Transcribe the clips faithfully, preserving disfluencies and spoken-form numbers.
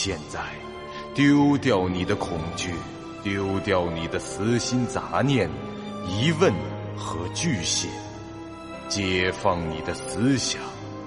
现在，丢掉你的恐惧，丢掉你的私心杂念、疑问和惧限，解放你的思想。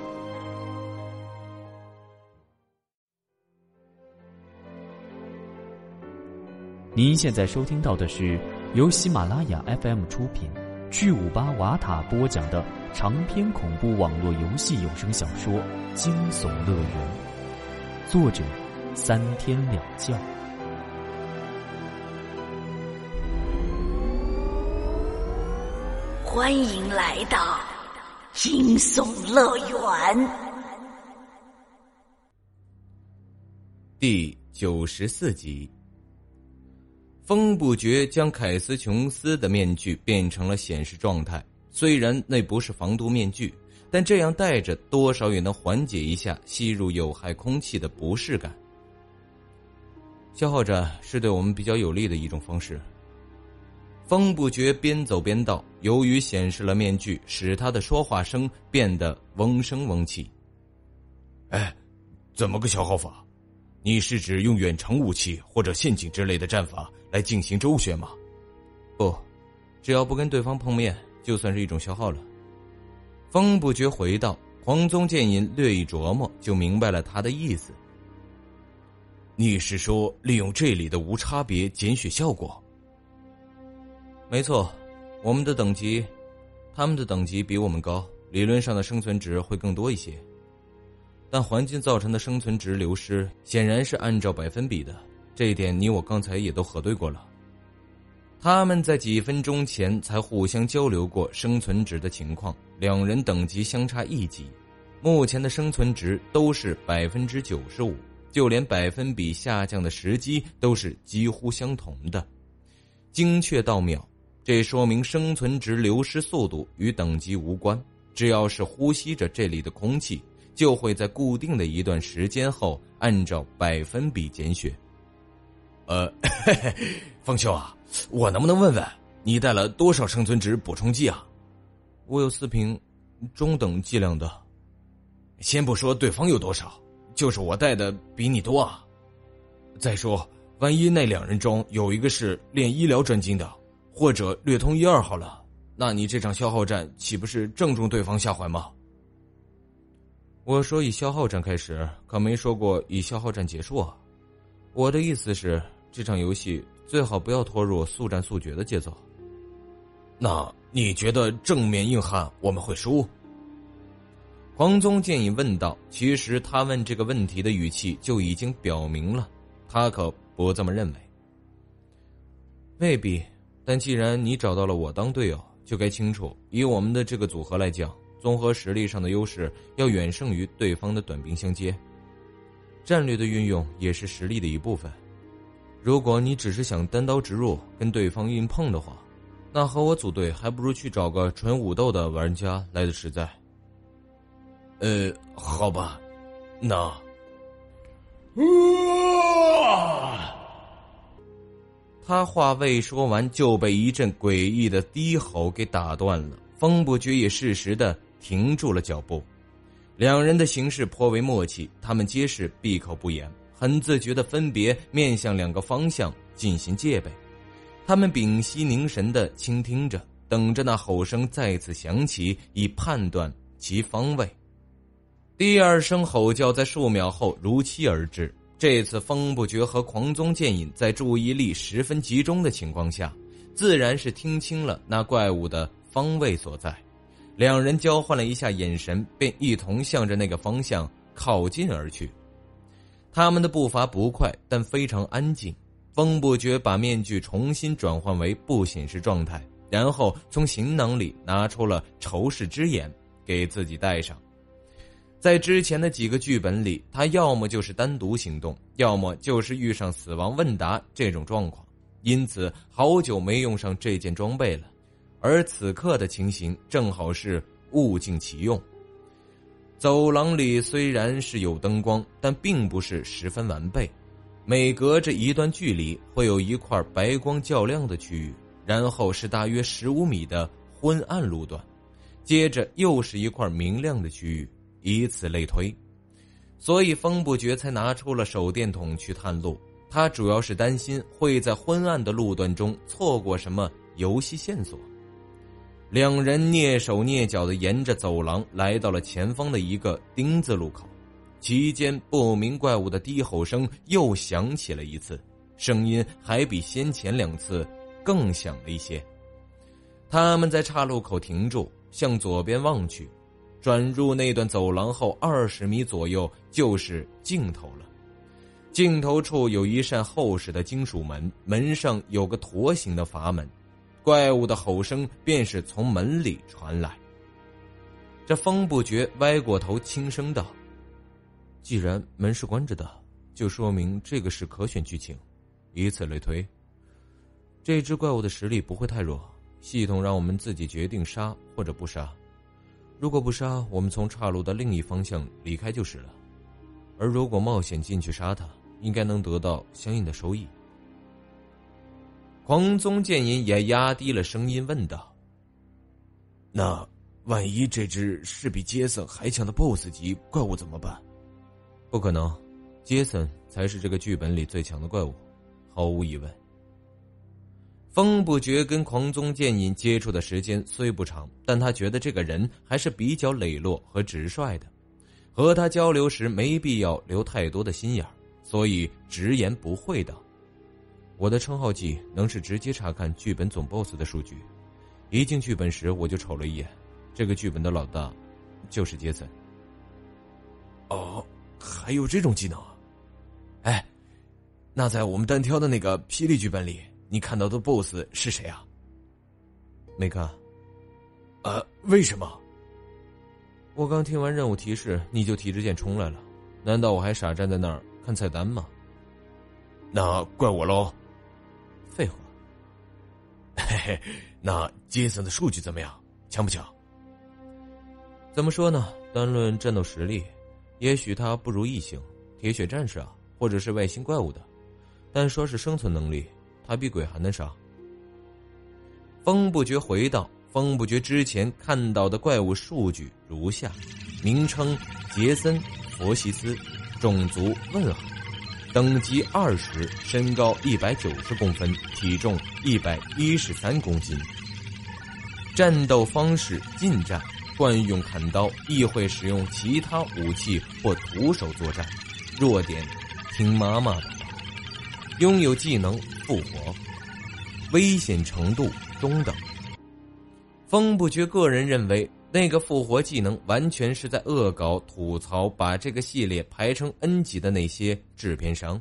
您现在收听到的是由喜马拉雅 F M 出品，巨五八瓦塔播讲的长篇恐怖网络游戏有声小说《惊悚乐园》，作者三天两觉。 欢迎来到惊悚乐园。 第九十四集。风不觉将凯斯琼斯的面具变成了显示状态，虽然那不是防毒面具，但这样戴着多少也能缓解一下吸入有害空气的不适感。消耗战是对我们比较有利的一种方式。风不觉边走边道，由于显示了面具，使他的说话声变得嗡声嗡气。 哎，怎么个消耗法？你是指用远程武器或者陷阱之类的战法来进行周旋吗？ 不，只要不跟对方碰面，就算是一种消耗了。风不觉回道，黄宗剑隐略一琢磨，就明白了他的意思。 你是说利用这里的无差别减血效果？ 没错，我们的等级，他们的等级比我们高，理论上的生存值会更多一些。但环境造成的生存值流失显然是按照百分比的，这一点你我刚才也都核对过了。他们在几分钟前才互相交流过生存值的情况，两人等级相差一级，目前的生存值都是 百分之九十五， 就连百分比下降的时机都是几乎相同的，精确到秒。这说明生存值流失速度与等级无关，只要是呼吸着这里的空气，就会在固定的一段时间后按照百分比减血。 呃，嘿嘿，风兄啊，我能不能问问你带了多少生存值补充剂啊？ 我有四瓶中等剂量的。 先不说对方有多少，就是我带的比你多啊。再说，万一那两人中有一个是练医疗专精的，或者略通一二好了，那你这场消耗战岂不是正中对方下怀吗？ 我说以消耗战开始，可没说过以消耗战结束啊。我的意思是，这场游戏最好不要拖入速战速决的节奏。 那你觉得正面硬汉我们会输？ 黄宗建议问道。其实他问这个问题的语气就已经表明了，他可不这么认为。未必，但既然你找到了我当队友，就该清楚，以我们的这个组合来讲，综合实力上的优势要远胜于对方的短兵相接，战略的运用也是实力的一部分。如果你只是想单刀直入跟对方硬碰的话，那和我组队还不如去找个纯武斗的玩家来的实在。 呃，好吧，那…… 啊！他话未说完，就被一阵诡异的低吼给打断了。风不觉也适时地停住了脚步，两人的形势颇为默契，他们皆是闭口不言，很自觉地分别面向两个方向进行戒备。他们屏息凝神地倾听着，等着那吼声再次响起，以判断其方位。第二声吼叫在数秒后如期而至，这次风不觉和狂宗剑隐在注意力十分集中的情况下，自然是听清了那怪物的方位所在。两人交换了一下眼神，便一同向着那个方向靠近而去。他们的步伐不快，但非常安静。风不觉把面具重新转换为不显示状态，然后从行囊里拿出了仇视之眼给自己戴上。在之前的几个剧本里，他要么就是单独行动，要么就是遇上死亡问答这种状况，因此好久没用上这件装备了。而此刻的情形正好是物尽其用。走廊里虽然是有灯光，但并不是十分完备，每隔着一段距离会有一块白光较亮的区域，然后是大约十五米的昏暗路段，接着又是一块明亮的区域，以此类推。 所以风不觉才拿出了手电筒去探路。他主要是担心会在昏暗的路段中错过什么游戏线索。两人蹑手蹑脚地沿着走廊来到了前方的一个丁字路口，期间不明怪物的低吼声又响起了一次，声音还比先前两次更响了一些。他们在岔路口停住，向左边望去，转入那段走廊后二十米左右就是尽头了。尽头处有一扇厚实的金属门，门上有个驼形的阀门，怪物的吼声便是从门里传来。这风不觉歪过头轻声道：既然门是关着的，就说明这个是可选剧情，以此类推，这只怪物的实力不会太弱，系统让我们自己决定杀或者不杀，如果不杀，我们从岔路的另一方向离开就是了，而如果冒险进去杀它，应该能得到相应的收益。狂宗剑隐也压低了声音问道：那万一这只是比杰森还强的 B O S S 级怪物怎么办？不可能，杰森才是这个剧本里最强的怪物，毫无疑问。风不觉跟狂宗剑隐接触的时间虽不长，但他觉得这个人还是比较磊落和直率的，和他交流时没必要留太多的心眼，所以直言不讳道：我的称号技能是直接查看剧本总 B O S S 的数据，一进剧本时我就瞅了一眼，这个剧本的老大就是杰森。哦，还有这种技能？哎，那在我们单挑的那个霹雳剧本里，你看到的 B O S S 是谁啊？没看。呃，为什么？我刚听完任务提示，你就提着剑冲来了，难道我还傻站在那儿看菜单吗？那怪我喽。废话。嘿嘿，那杰森的数据怎么样？强不强？怎么说呢？单论战斗实力，也许他不如异形、铁血战士啊，或者是外星怪物的，但说是生存能力，他比鬼还能杀。风不觉回道：风不觉之前看到的怪物数据如下：名称杰森·佛西斯，种族问号，等级二十，身高一百九十公分，体重一百一十三公斤。战斗方式近战，惯用砍刀，亦会使用其他武器或徒手作战。弱点听妈妈的话。拥有技能复活，危险程度中等。风不觉个人认为那个复活技能完全是在恶搞吐槽把这个系列排成 N 级的那些制片商。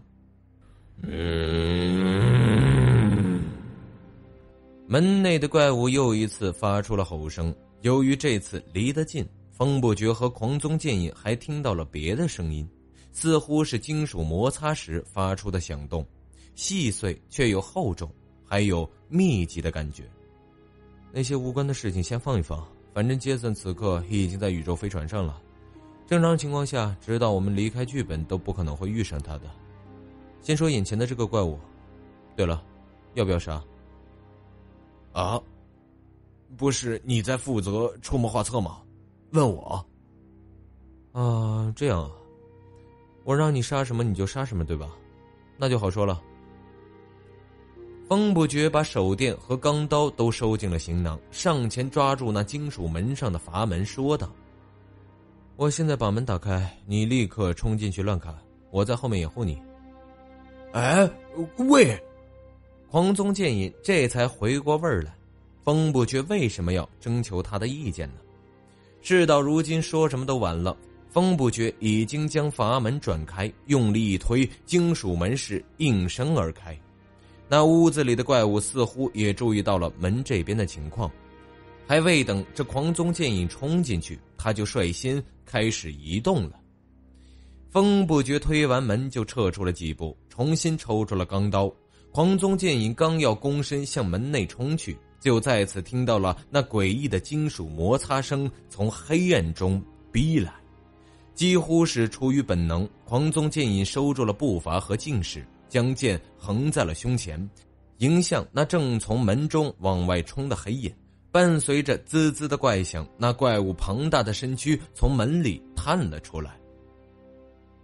嗯，门内的怪物又一次发出了吼声，由于这次离得近，风不觉和狂宗剑隐还听到了别的声音，似乎是金属摩擦时发出的响动，细碎却又厚重，还有密集的感觉。那些无关的事情先放一放，反正杰森此刻已经在宇宙飞船上了，正常情况下直到我们离开剧本都不可能会遇上他的。先说眼前的这个怪物，对了，要不要杀？啊，不是你在负责出谋划策吗？问我啊，这样啊，我让你杀什么你就杀什么，对吧？那就好说了。风不觉把手电和钢刀都收进了行囊，上前抓住那金属门上的阀门说道：我现在把门打开，你立刻冲进去乱砍，我在后面掩护你。哎，喂！狂宗剑隐这才回过味儿来，风不觉为什么要征求他的意见呢？事到如今说什么都晚了，风不觉已经将阀门转开，用力一推，金属门是应声而开。那屋子里的怪物似乎也注意到了门这边的情况，还未等这狂宗剑隐冲进去，他就率先开始移动了。风不觉推完门就撤出了几步，重新抽出了钢刀。狂宗剑隐刚要躬身向门内冲去，就再次听到了那诡异的金属摩擦声从黑暗中逼来。几乎是出于本能，狂宗剑隐收住了步伐和劲势，将剑横在了胸前，迎向那正从门中往外冲的黑影。伴随着滋滋的怪响，那怪物庞大的身躯从门里探了出来。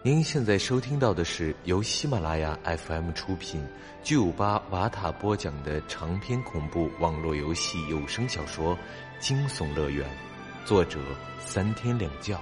您现在收听到的是由喜马拉雅 F M 出品，巨五八瓦塔播讲的长篇恐怖网络游戏有声小说《惊悚乐园》，作者三天两觉。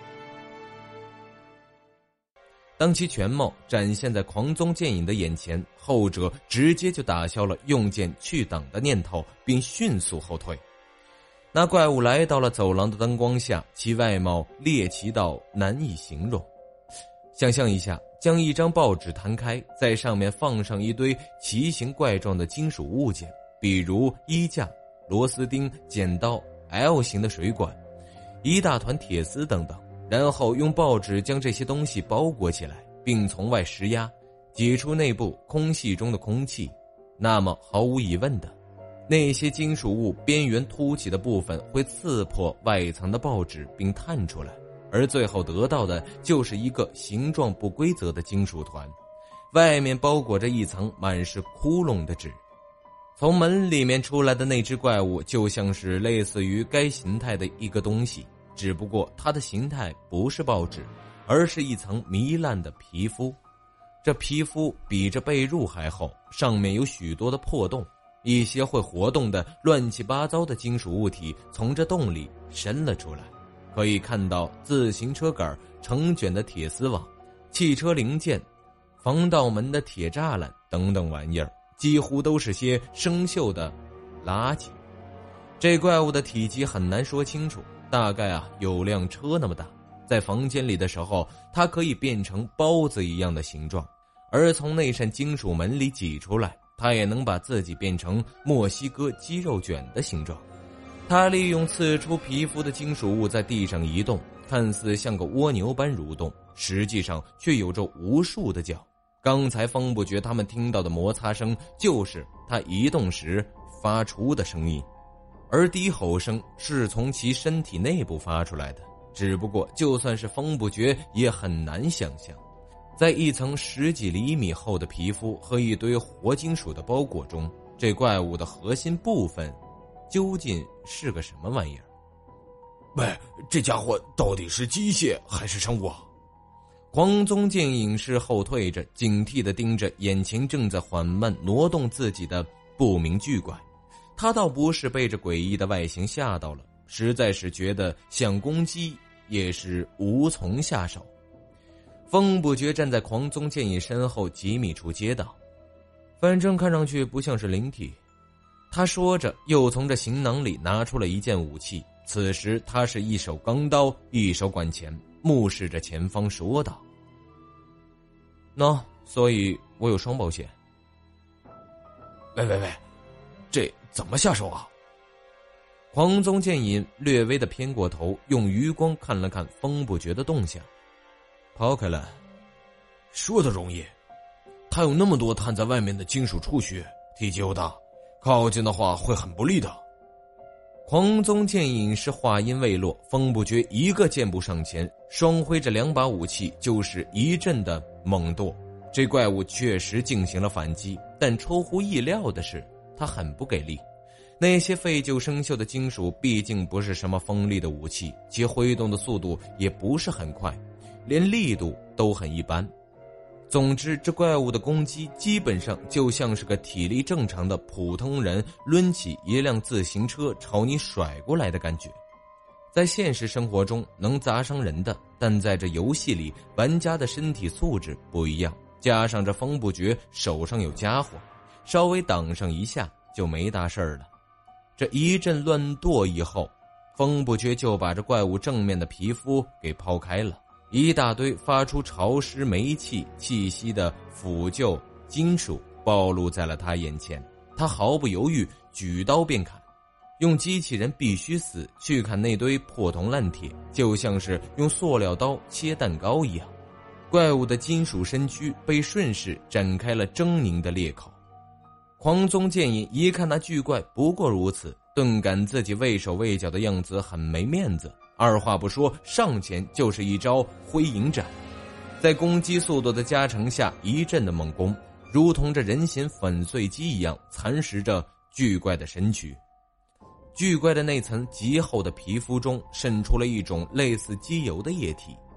当其全貌展现在狂宗剑影的眼前，后者直接就打消了用剑去挡的念头，并迅速后退。那怪物来到了走廊的灯光下，其外貌猎奇到难以形容。想象一下，将一张报纸摊开，在上面放上一堆奇形怪状的金属物件，比如衣架、螺丝钉、剪刀、L 型的水管、一大团铁丝等等，然后用报纸将这些东西包裹起来，并从外施压，挤出内部空隙中的空气。那么毫无疑问的，那些金属物边缘凸起的部分会刺破外层的报纸并探出来，而最后得到的就是一个形状不规则的金属团，外面包裹着一层满是窟窿的纸。从门里面出来的那只怪物就像是类似于该形态的一个东西，只不过它的形态不是报纸，而是一层糜烂的皮肤。这皮肤比这被褥还厚，上面有许多的破洞，一些会活动的乱七八糟的金属物体从这洞里伸了出来。可以看到自行车杆成卷的铁丝网、汽车零件、防盗门的铁栅栏等等玩意儿，几乎都是些生锈的垃圾。这怪物的体积很难说清楚，大概啊有辆车那么大。在房间里的时候，它可以变成包子一样的形状，而从那扇金属门里挤出来，它也能把自己变成墨西哥鸡肉卷的形状。它利用刺出皮肤的金属物在地上移动，看似像个蜗牛般蠕动，实际上却有着无数的脚。刚才风不觉他们听到的摩擦声就是它移动时发出的声音，而低吼声是从其身体内部发出来的。只不过就算是风不觉也很难想象，在一层十几厘米厚的皮肤和一堆活金属的包裹中，这怪物的核心部分究竟是个什么玩意儿？ 喂，这家伙到底是机械还是生物啊？ 狂宗剑影是后退着，警惕地盯着眼前正在缓慢挪动自己的不明巨怪。他倒不是被这诡异的外形吓到了，实在是觉得想攻击也是无从下手。风不觉站在狂宗剑影身后几米处接道：反正看上去不像是灵体。他说着又从这行囊里拿出了一件武器，此时他是一手钢刀一手管钳，目视着前方说道：喏，所以我有双保险。 喂喂喂，这怎么下手啊？ 狂宗剑影略微的偏过头，用余光看了看风不觉的动向。抛开了。 说的容易，他有那么多摊在外面的金属触须，体积又大，靠近的话会很不利的。 狂宗剑影是话音未落，风不觉一个箭步上前，双挥着两把武器就是一阵的猛剁。这怪物确实进行了反击，但出乎意料的是他很不给力。那些废旧生锈的金属毕竟不是什么锋利的武器，其挥动的速度也不是很快，连力度都很一般。总之，这怪物的攻击基本上就像是个体力正常的普通人抡起一辆自行车朝你甩过来的感觉。在现实生活中能砸伤人的，但在这游戏里玩家的身体素质不一样，加上这风不觉手上有家伙，稍微挡上一下就没大事了。这一阵乱剁以后，风不觉就把这怪物正面的皮肤给抛开了，一大堆发出潮湿煤气气息的腐旧金属暴露在了他眼前。他毫不犹豫举刀便砍，用机器人必须死去砍那堆破铜烂铁，就像是用塑料刀切蛋糕一样。怪物的金属身躯被顺势展开了狰狞的裂口。狂宗剑影一看那巨怪不过如此，顿感自己畏手畏脚的样子很没面子，二话不说上前就是一招灰影斩。在攻击速度的加成下，一阵的猛攻如同这人形粉碎机一样蚕食着巨怪的身躯。巨怪的那层极厚的皮肤中渗出了一种类似机油的液体，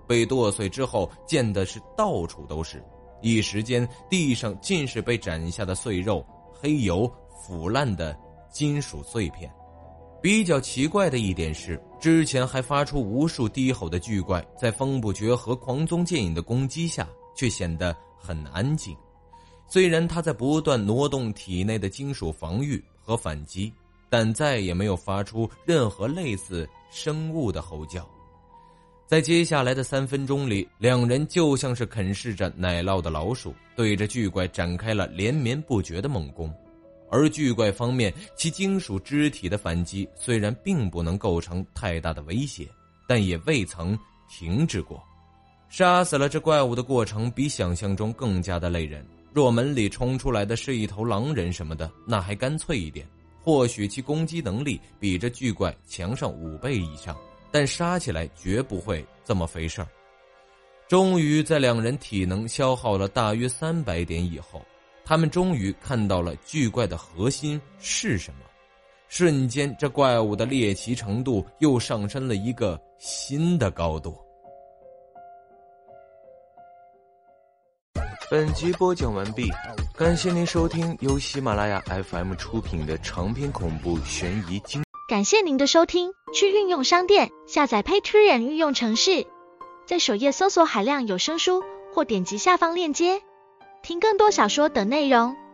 被剁碎之后溅的是到处都是，一时间地上尽是被斩下的碎肉、黑油、腐烂的金属碎片。比较奇怪的一点是，之前还发出无数低吼的巨怪，在风不绝和狂宗剑影的攻击下却显得很安静。虽然他在不断挪动体内的金属防御和反击，但再也没有发出任何类似生物的吼叫。在接下来的三分钟里，两人就像是啃噬着奶酪的老鼠，对着巨怪展开了连绵不绝的猛攻。而巨怪方面，其金属肢体的反击虽然并不能构成太大的威胁，但也未曾停止过。杀死了这怪物的过程比想象中更加的累人，若门里冲出来的是一头狼人什么的，那还干脆一点，或许其攻击能力比这巨怪强上五倍以上，但杀起来绝不会这么费事儿。终于在两人体能消耗了大约三百点以后，他们终于看到了巨怪的核心是什么。瞬间，这怪物的猎奇程度又上升了一个新的高度。 本集播讲完毕，感谢您收听由喜马拉雅 F M 出品的长篇恐怖悬疑惊。 感谢您的收听，去应用商店下载 Patreon 运用程式，在首页搜索海量有声书，或点击下方链接听更多小说等内容。